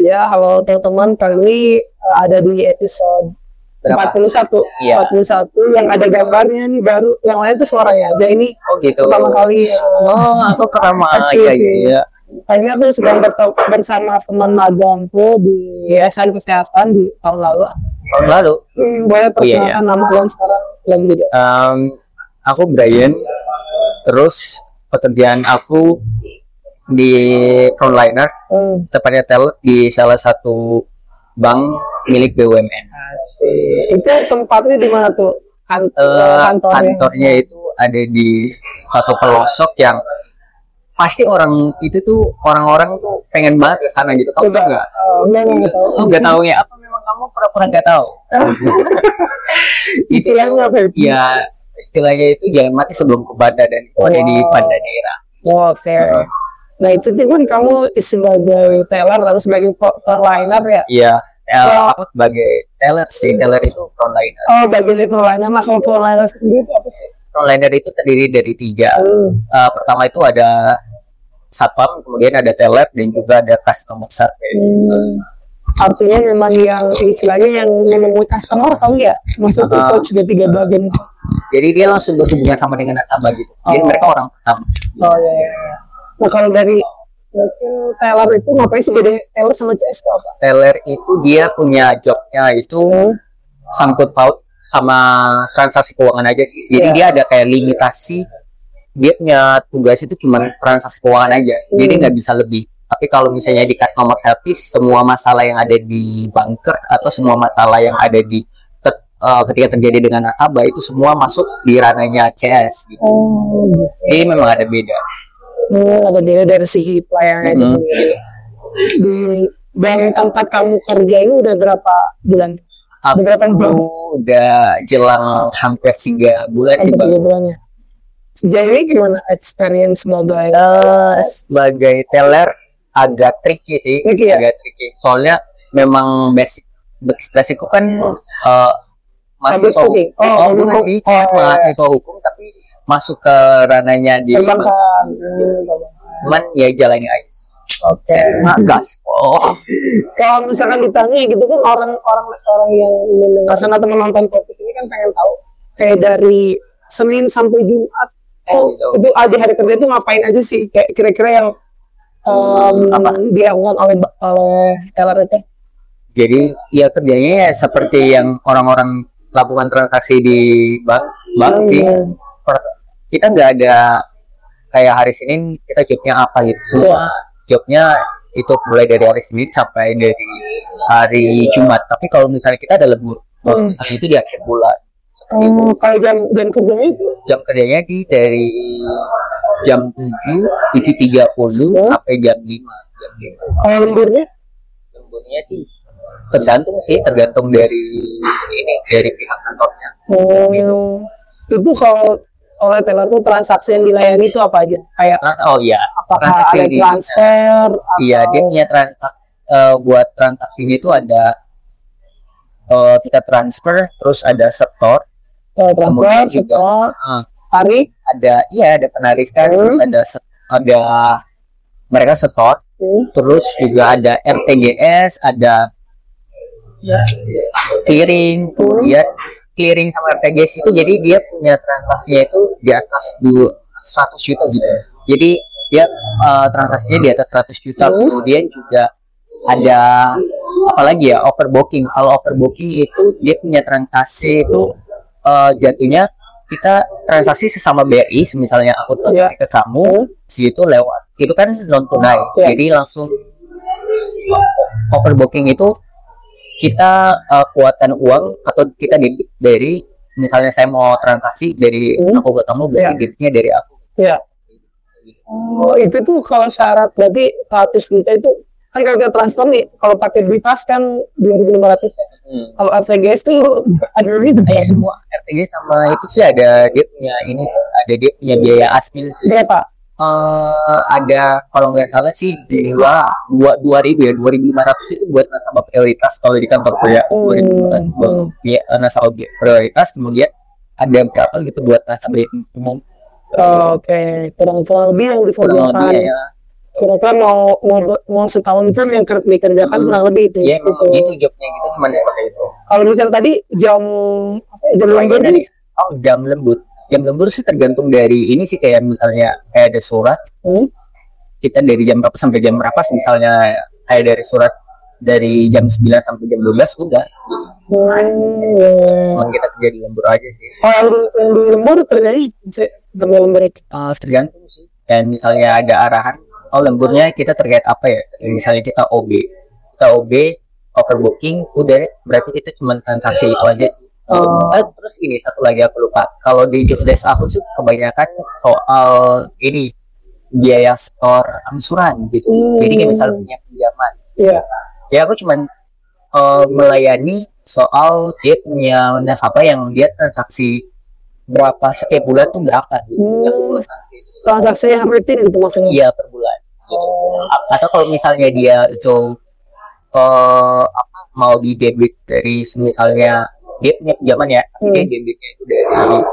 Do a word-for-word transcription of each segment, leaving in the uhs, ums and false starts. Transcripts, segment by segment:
Ya, halo teman-teman, kali ini uh, ada di episode empat puluh satu. Iya. empat puluh satu yang ada gambarnya nih baru, yang lain tuh suaranya. Jadi ini Oh gitu. pertama kali. Oh, aku pertama. Iya, iya, iya. Kayaknya aku sedang bertemu bersama teman magangku di Yayasan Kesehatan di tahun lalu. Tahun lalu. Hmm, boleh Oh, iya, perkenalkan nama kalian sekarang lagi tidak? Um, aku Brian. Terus pekerjaan aku di frontliner, Hmm. tepatnya teller di salah satu bank milik B U M N. Asik. Itu sempatnya di mana tuh? Kan- Eh, kantornya. kantornya itu ada di satu pelosok yang pasti orang itu tuh orang-orang tuh pengen banget ke sana gitu. Kamu Coba nggak? uh, enggak enggak tahu. Oh, nggak tahu ya? Apa memang kamu pura-pura nggak tahu? Istilahnya apa? Ya, istilahnya itu jangan mati sebelum ke Banda, dan itu ada di Wow. Banda daerah. Wow, fair. Nah itu tuh kan kamu sebagai teller atau sebagai frontliner ya? Iya, eh, Wow. aku sebagai teller sih. Teller itu frontliner. Oh, bagian frontliner. Nah kalau frontliner sendiri itu apa sih? Frontliner itu terdiri dari tiga. Hmm. Eh, pertama itu ada satpam, kemudian ada teller, dan juga ada customer service. Hmm. Artinya memang yang istilahnya yang menemui customer tahu ya? Maksudnya Ah. coach juga tiga bagian. Jadi dia langsung berhubungan sama dengan nasabah gitu. Jadi Oh. mereka orang pertama. Oh iya. iya. Nah kalau dari mungkin teller itu ngapain sih beda teller sama C S itu apa? Teller itu dia punya jobnya itu Hmm. sangkut paut sama transaksi keuangan aja sih. Jadi Iya. dia ada kayak limitasi. Dia punya tugas itu cuma transaksi keuangan aja. Jadi Hmm. nggak bisa lebih. Tapi kalau misalnya di customer service, semua masalah yang ada di banker atau semua masalah yang ada di ket- eh, ketika terjadi dengan nasabah itu semua masuk di ranahnya C S gitu. Oh, gitu. Jadi memang ada beda. Hmm, ada dia dari segi pelayanan itu. Hmm. Di bank tempat kamu kerja ini udah berapa bulan? Aku Berapa bulan? udah jelang hampir tiga bulan sih, Hampir Bang. tiga bulannya. Sejauh ini gimana experience mobile? Eh, sebagai teller agak tricky sih, Tricky ya? agak tricky. Soalnya memang basic basicku kan eh Public mahasiswa speaking. hukum, Oh, oh, hukum. bukan sih, Oh, iya. mahasiswa hukum tapi masuk ke ranahnya di Perbankan. Hmm, perbankan. cuman ya jalani aja. Oke. Nah, gaspol. Kalau misalkan ditanya gitu kan orang-orang orang yang mendengar atau menonton podcast ini kan pengen tahu kayak dari Senin sampai Jumat Oh, itu, gitu. itu ada hari kerja itu ngapain aja sih kayak kira-kira yang um, Apa? dilakukan oleh oleh teller itu? Jadi ya kerjanya ya seperti yang orang-orang lakukan transaksi di bank, bank sih. Hmm. Per- kita nggak ada kayak hari Senin kita jobnya apa gitu. Semua jobnya itu mulai dari hari Senin sampai dari hari Jumat. Tapi kalau misalnya kita ada lembur, Hmm. saat itu di akhir bulan. Oh, kalau jam dan kerjanya itu Jam kerjanya di dari jam tujuh, tujuh tiga puluh Hmm. sampai jam lima. Jam lima. kalau lemburnya Lemburnya sih tergantung sih, tergantung dari ini dari pihak kantornya. oh, itu kalau oleh teller itu transaksi yang dilayani itu apa aja? Kayak Oh iya, apakah transaksi ada di- transfer? Iya, dia atau- punya transaksi eh, buat transaksinya itu ada eh, kita transfer, terus ada setor, Oh, transfer, kemudian juga setor, eh, hari, ada iya ada penarikan, Hmm. terus ada set- ada mereka setor, hmm, terus juga ada R T G S, ada clearing, kemudian clearing sama R T G S itu jadi dia punya transaksinya itu di atas dua seratus juta gitu. Jadi dia eh, transaksinya di atas seratus juta. Hmm. Kemudian juga ada apalagi ya overbooking. Kalau overbooking itu dia punya transaksi itu eh, jatuhnya kita transaksi sesama B R I, misalnya aku transaksi ke kamu, situ lewat itu kan non tunai. Ya. Jadi langsung overbooking itu kita uh, kuatkan uang atau kita debit dari misalnya saya mau transaksi dari Hmm. aku ke kamu berarti Ya. debitnya dari aku. ya. Oh, itu tuh kalau syarat berarti seratus juta itu kan kalau kita transfer nih, kalau pakai Bipas kan dua ribu lima ratus ya. Hmm. Kalau R T G S tuh ada itu Ya semua R T G sama itu sih ada dia punya ini ada dia punya biaya asli sih. berapa? Eh, ada kalau nggak salah sih dua dua dua ribu ya dua ribu lima ratus itu buat nasabah prioritas kalau di kantor saya Hmm. dua ribu lima ratus buat ya, nasabah prioritas, kemudian ada berapa gitu buat nasabah umum Oh, Oke, kurang kurang lebih yang kurang lebih diformulkan ya kira-kira mau mau mau setahun term yang ker- dikerjakan kurang lebih itu. Ya emang gitu. gitu jobnya gitu cuma seperti itu. Kalau misalnya tadi jam apa ya, jam lembur Dari nih. oh jam lembur. Jam lembur sih tergantung dari ini sih kayak misalnya kayak ada surat Hmm? kita dari jam berapa sampai jam berapa misalnya kayak dari surat dari jam sembilan sampai jam dua belas udah Hmm. emang kita kerja di lembur aja sih. Oh yang, yang di lembur terjadi jam lembur itu. Uh, tergantung sih dan misalnya ada arahan oh lemburnya kita terkait apa ya misalnya kita O B kita O B overbooking udah berarti kita cuma transaksi itu aja sih. Oh. Eh, terus ini satu lagi aku lupa kalau di jobdesk aku tuh kebanyakan soal ini biaya store angsuran gitu. Hmm. Jadi kayak misalnya punya pinjaman Iya. ya aku cuman uh, melayani soal dia punya nasabah yang dia transaksi berapa setiap bulan tuh berapa gitu. Hmm. Transaksi yang rutin gitu maksudnya. Iya per bulan gitu. A- atau kalau misalnya dia itu uh, apa, mau di debit dari misalnya dia punya pinjaman ya Hmm. dia debitnya itu dari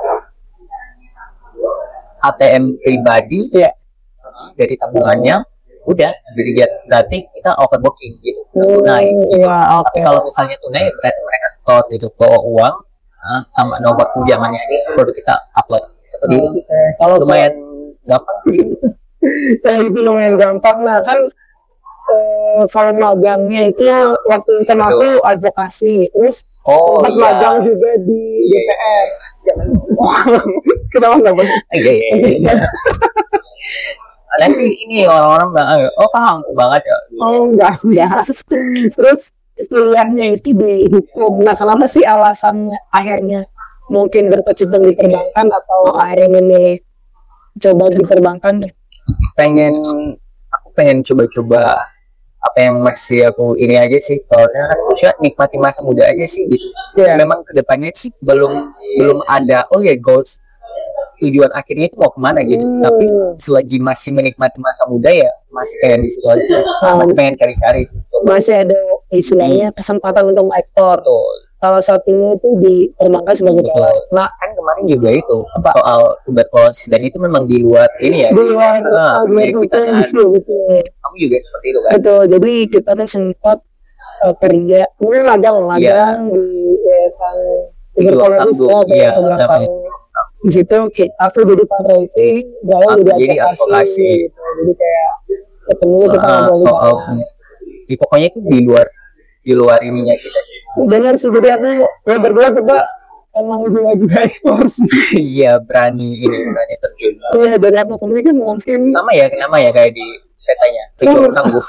A T M pribadi Iya. dari tabungannya udah jadi dia berarti kita overbooking gitu tunai. Iya, Tapi oke. kalau misalnya tunai berarti mereka store gitu bawa uang ah, sama nomor pinjamannya ini baru kita upload seperti itu sih. Kalau Lumayan gampang kayak itu lumayan gampang lah kan. Eh, kalau magangnya itu waktu sama aku advokasi, terus oh sempat iya magang juga di D P R. Kenapa nggak boleh? iya iya, iya. Nanti ini orang-orang bilang oh paham banget ya Oh enggak, enggak. Terus pilihannya itu di hukum. Nah, kenapa sih alasan akhirnya mungkin berkecimpung di perbankan atau akhirnya ini coba di perbankan? pengen aku pengen coba-coba apa yang masih aku ini aja sih soalnya kan usia nikmati masa muda aja sih gitu. Iya. Memang kedepannya sih belum belum ada oh ya goals tujuan akhirnya itu mau kemana gitu. Hmm. Tapi selagi masih menikmati masa muda ya masih pengen di situ aja. Masih pengen cari-cari. Masih ada istilahnya kesempatan untuk ekspor. Betul. Salah satunya itu di perbankan sebagai Betul. pelaku. Nah, Kan kemarin juga itu Apa? soal tuberkulosis dan itu memang di luar ini ya. di luar Ah, di luar kayak kita kita kan. betul betul. Kamu juga seperti itu kan? Betul. Jadi kita tuh sempat uh, kerja, mungkin magang magang di yayasan tuberkulosis Tangguh, ya, iya, beberapa namanya. tahun. Di situ kita aku jadi fundraising, galau Ah, jadi jadi advokasi, advokasi. gitu. Jadi kayak ketemu kita Ah, ngobrol soal sama. di pokoknya itu di luar di luar ininya kita. Dengan sebenarnya ya berdua kita emang juga juga ekspor sih. Iya berani ini berani terjun. Iya dari apa ini kan mungkin Sama ya kenapa ya kayak di petanya sama, terjun tangguh.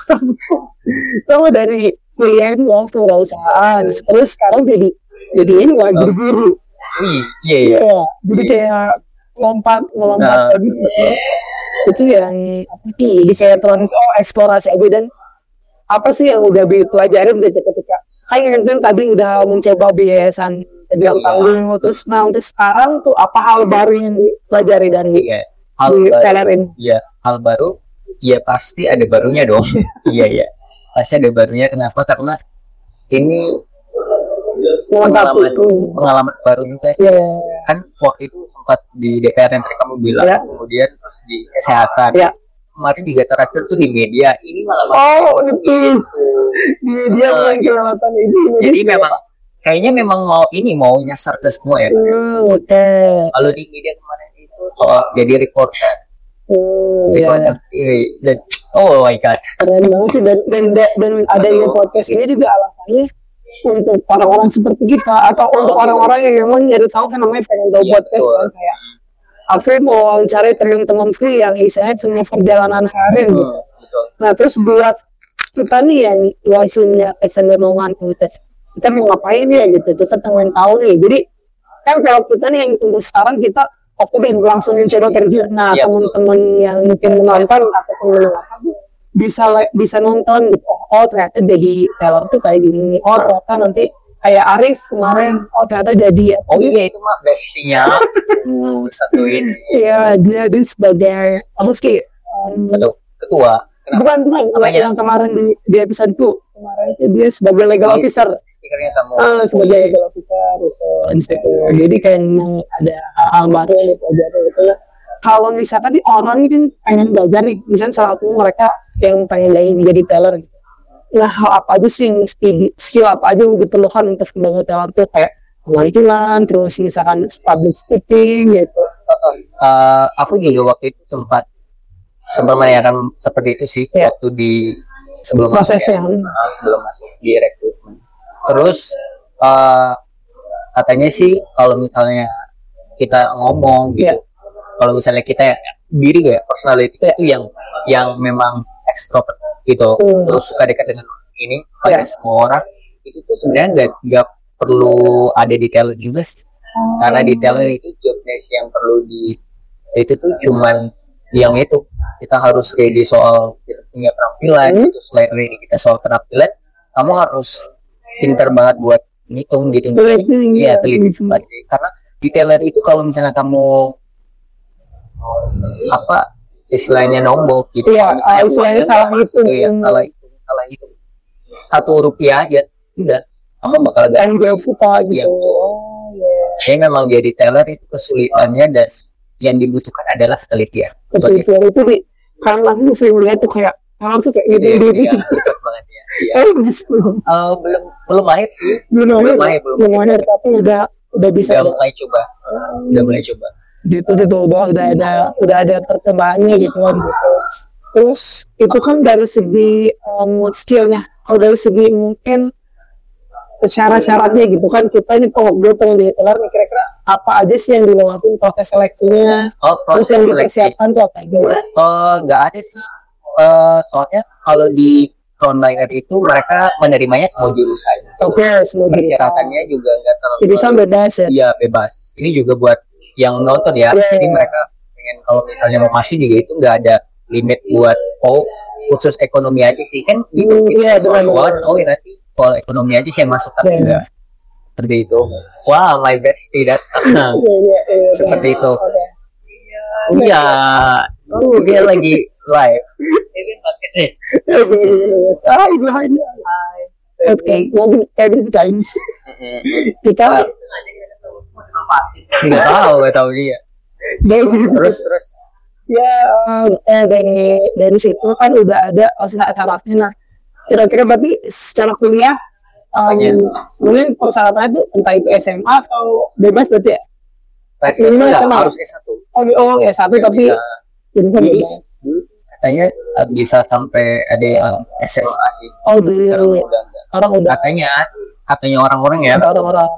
sama dari kuliah waktu perusahaan, terus sekarang jadi jadi ini wah berburu. Wih, iya iya. Iya, jadi kayak lompat melompat Nah. tadi itu yang apa sih di kayak trans oh eksplorasi aja dan apa sih yang udah dipelajarin dari ketika kayak yang tadi udah mencoba biayasan yang Iya. tanggung terus nah untuk sekarang tuh apa hal baru yang dipelajari dari Iya. Hal di baru. Telerin? Iya, hal baru. Iya pasti ada barunya dong. Iya iya. Pasti ada barunya. Kenapa? Karena ini pengalaman Mengetahui. pengalaman baru juga. Iya. Kan waktu itu sempat di D P R yang tadi kamu bilang, Ya. kemudian terus di kesehatan. Ya. Kemarin juga terakhir tuh di media. Ini malah Oh itu gitu. dia Ah, bilang gitu. kelewatan itu. Jadi memang kayaknya memang mau ini mau nyasar ke semua ya. Hmm, oke. Kalau di media kemarin itu soal jadi reporter, Hmm, ya. reporter eh, dan oh my god, Keren banget sih dan dan, dan adanya podcast ini juga alasannya untuk orang-orang seperti kita atau untuk orang-orang yang memang nyari tahu kan namanya pengen tahu Iya, podcast betul. kan kayak Alfred mau wawancara terus temanku yang istilahnya punya perjalanan karir gitu. Hmm, betul. Nah terus buat kita nih yang wajibnya kecenderungan gitu kita mau ngapain ya gitu kita pengen tahu nih jadi kan kalau kita nih yang tunggu sekarang kita oke deh langsung mencoba kerja nah Iya, teman-teman yang mungkin menonton ataupun mendengarkan bisa le- bisa nonton gitu. oh, oh ternyata jadi teller tuh kayak gini oh ternyata nanti kayak Arif kemarin oh ternyata jadi Oh iya itu mah bestinya hmm, satuin iya dia dia sebagai apa sih um, betul ketua. Kenapa? bukan bukan Apa ya? yang kemarin di, di episode two kemarin itu dia sebagai legal Oh, officer Speakernya kamu. ah sebagai legal officer gitu. Gitu. Jadi kayak memang ada hal-hal baru yang dipelajari gitu ya. kalau misalkan nih orang ini pengen belajar nih, misalnya salah satu mereka yang pengen jadi, jadi teller gitu. Nah, hal apa aja sih yang skill, skill apa aja yang diperlukan untuk sebagai teller tuh kayak pengadilan, terus misalkan public speaking gitu. Uh, aku juga waktu itu sempat sempat menanyakan seperti itu sih Ya. waktu di sebelum Prosesnya. masuk, ya. Nah, sebelum masuk di rekrutmen. Terus uh, katanya sih kalau misalnya kita ngomong gitu, Ya. kalau misalnya kita diri ya personality Ya. itu yang yang memang ekstrovert gitu, Hmm. terus suka dekat dengan ini pada Ya. semua orang, itu tuh sebenarnya nggak nggak perlu ada di talent juga sih. Karena di talent itu job desk yang perlu di itu tuh cuman yang itu kita harus ready soal kita punya penampilan Hmm. gitu, selain ready kita soal penampilan kamu harus pintar banget buat ngitung gitu. Teliti, Iya, ya. teliti banget. Karena di talent itu kalau misalnya kamu apa istilahnya nombok gitu, Iya, kalau ah, istilahnya salah hitung. gitu ya, salah hitung salah hitung satu rupiah aja udah kamu bakal gak. Dan gue putar Iya. gitu. Oh, iya. Jadi memang jadi teller itu kesulitannya dan yang dibutuhkan adalah ketelitian. Tapi itu itu di karena aku sering melihat tuh kayak orang tuh kayak gitu Iya, gitu iya, gitu. cepet banget ya. Iya. Eh, masih belum Eh, belum belum lahir sih. belum Belum ada, lahir, belum belum ada, tapi udah udah bisa. Udah mulai coba. Udah mulai coba. Gitu gitu udah udah ada udah ada perkembangannya gitu kan. Terus itu kan dari segi um, skillnya, kalau dari segi mungkin syarat-syaratnya gitu kan, kita ini kalau gue pengen jadi teller nih, kira-kira apa aja sih yang dilewatin proses seleksinya, Oh, terus proses yang seleksi. dipersiapkan tuh apa aja? Oh, nggak ada sih. Eh, soalnya kalau di frontliner itu mereka menerimanya semua jurusan. Oke, semua jurusan. Persyaratannya juga nggak terlalu. Jurusan bebas ya. Iya, bebas. Ini juga buat yang nonton ya. Iya, Jadi iya. mereka pengen kalau misalnya mau masih juga itu nggak ada limit buat oh khusus ekonomi aja sih kan gitu. Hmm, iya, Soal benar, keuangan, benar. oh ya nanti soal ekonomi aja sih yang masuk tapi Iya. enggak seperti itu. Wah, my bestie that. Nah, Iya, iya, iya. seperti itu. Oke. Iya, tuh dia lagi live. Ini podcast sih. Ah, itu hai. Oke, ngomong edit guys. Kita Nggak tahu, nggak tahu dia. dari Terus terus. ya eh dari dari situ kan udah ada usaha karakternya. Nah, kira-kira berarti secara kuliah um, Apanya? mungkin persyaratannya itu entah itu S M A atau bebas berarti ya? Tes Minimal ya, sama. harus S satu. Oh, oh ya satu tapi Bisa. jurusan Dulu bebas. sih, dulu katanya uh, bisa sampai ada yang S S A sih. Oh, dulu Sekarang udah enggak. orang udah Katanya, katanya orang-orang ya. orang-orang.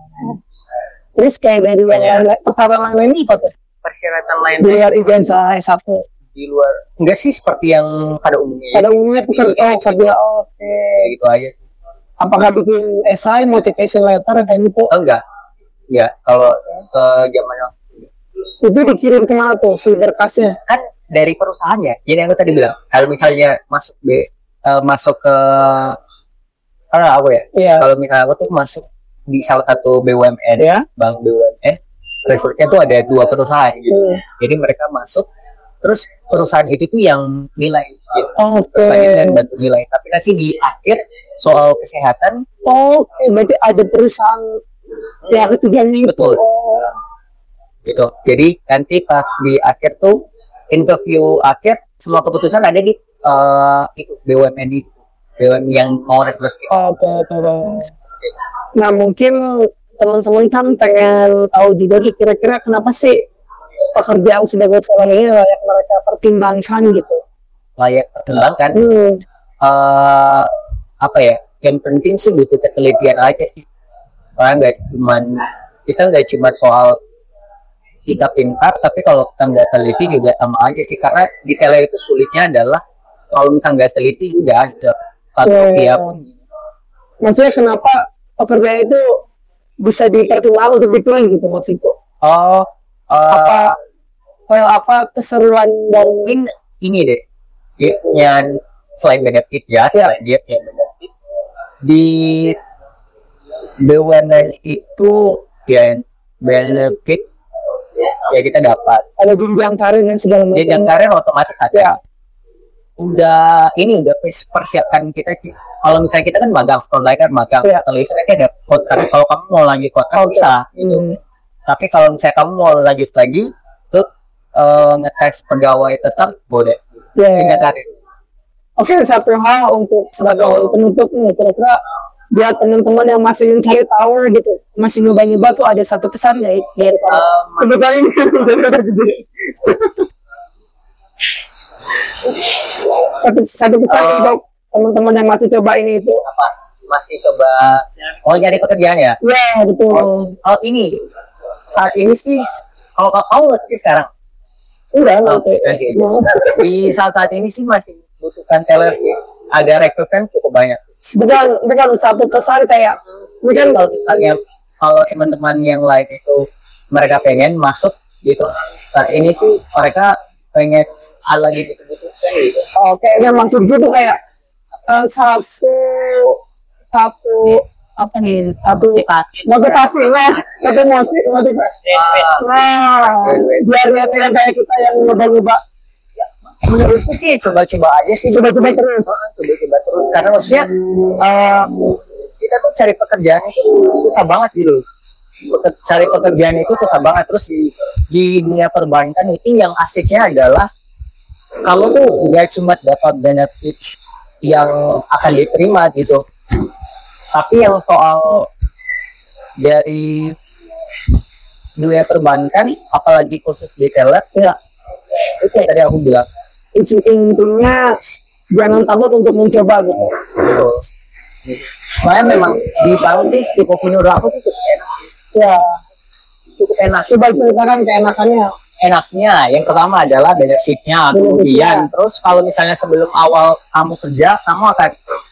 Terus kayak dari yang lain, perkara lain ini apa tuh? Persyaratan lain Di luar ijazah S satu. di luar enggak sih seperti yang pada umumnya. Pada umumnya pekerja, oh, kerja, oke. Kayak gitu aja. Apakah bikin esai, motivation letter, kayak gitu? Oh, enggak. Ya, kalau sejaman Itu dikirim kemana tuh, si berkasnya? kan dari perusahaannya. Jadi yang aku tadi bilang, kalau misalnya masuk B, eh, masuk ke karena aku ya. Iya. Kalau misalnya aku tuh masuk di salah satu B U M N, Ya. bank B U M N, rekrutnya tuh ada dua perusahaan gitu. Hmm. Jadi mereka masuk, terus perusahaan itu tuh yang nilai gitu. Oke. Perusahaan dan bantu nilai. Tapi nanti di akhir soal kesehatan, Oke, berarti ada perusahaan yang ketiganya itu. Betul. Oh. gitu. Jadi nanti pas di akhir tuh interview akhir semua keputusan ada di eh, itu B U M N itu. B U M N yang mau rekrut. Oke, oke, oke. Nah, mungkin teman-teman kan pengen tahu juga nih, kira-kira kenapa sih pekerjaan sebagai teller ini layak mereka pertimbangkan gitu. Layak pertimbangkan. Hmm. eh apa ya? Yang penting sih butuh ketelitian aja sih. Karena nggak cuman kita nggak cuma soal kita pintar, tapi kalau kita nggak teliti juga sama aja sih. Karena di teller itu sulitnya adalah kalau misalnya nggak teliti udah ada satu Ya, tiap. Maksudnya kenapa pekerjaan itu bisa dipertimbangkan untuk diklaim gitu maksudku? Oh, eh, Apa well, apa keseruan dari ini deh. Dia yang selain benefit ya, Ya. selain dia punya benefit di B U M N itu ya benefit ya kita dapat. ada jenjang karir dan segala macam? Jenjang karir otomatis ada. Ya. Udah ini udah pers- persiapkan kita sih. Kalau misalnya kita kan magang, frontline kan magang, Ya. tulisan ada kontrak. Kalau kamu mau lanjut kontrak Oke. bisa. Hmm. Tapi kalau misalnya kamu mau lanjut lagi, tuh eh, ngetes pegawai tetap boleh. Ya. Nggak tarik. Oke, satu hal untuk sebagai penutup nih, kira-kira buat teman-teman yang masih mencari tower gitu, masih nyoba-nyoba tuh ada satu pesan ya, biar Um, kebetulan ini satu satu pesan Oh. untuk teman-teman yang masih coba ini itu. apa masih coba oh nyari pekerjaan ya? Ya, betul. Oh ini saat ini sih kalau kamu ngerti sekarang Udah, Oh, nanti. oke. Mau. di saat saat ini sih masih butuhkan teller, ada rekrutmen cukup banyak. Bukan, bukan satu pesan kayak, bukan Kalau misalnya kalau teman-teman yang lain itu mereka pengen masuk gitu, saat ini tuh mereka pengen hal lagi dibutuhkan gitu. oh, kayaknya maksud gue tuh kayak eh, satu satu apa nih satu motivasi lah, satu motivasi motivasi nah biar lihat yang kayak kita yang nyoba-nyoba Menurutku sih coba-coba aja sih, coba-coba terus. coba-coba terus karena maksudnya eh, kita tuh cari pekerjaan itu susah banget gitu. Cari pekerjaan itu susah banget terus di, di dunia perbankan itu yang asiknya adalah kamu tuh gak cuma dapat benefit yang akan diterima gitu, tapi yang soal dari dunia perbankan apalagi khusus di teller ya itu yang tadi aku bilang Intinya jangan takut untuk mencoba gitu. gitu. Soalnya memang di Palembang cukup menurut aku tuh cukup enak, Ya, cukup enak. coba ceritakan keenakannya. Enaknya yang pertama adalah benefitnya, kemudian terus kalau misalnya sebelum awal kamu kerja kamu akan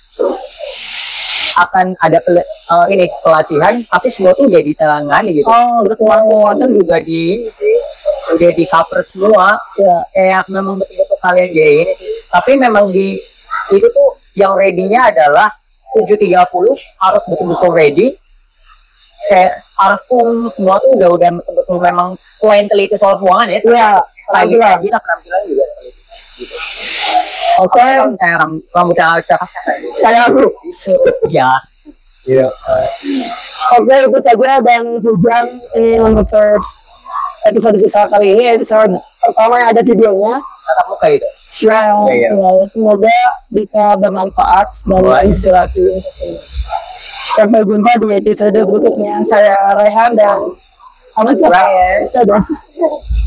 akan ada pel- eh, ini pelatihan pasti semua tuh udah ditangani gitu. Oh, Kekuatan juga di udah di cover semua ya, kayak memang betul-betul kalian kayak ini tapi memang di itu tuh yang ready-nya adalah tujuh tiga puluh harus betul-betul ready kayak parfum semua tuh udah udah betul-betul memang selain teliti soal keuangan ya Ya, lagi alhamdulillah. kita penampilan juga teliti gitu. Oke, Kayak ram- rambutnya acak saya aku. ya iya Oke, itu saja dan hujan ini untuk episode kita kali ini. Episode pertama yang ada videonya. tatap muka itu Ya, Iya, iya. ya, semoga bisa bermanfaat dan Wah. inspirasi. Sampai jumpa di episode berikutnya. Saya Rehan dan Amat Ryan. Dadah.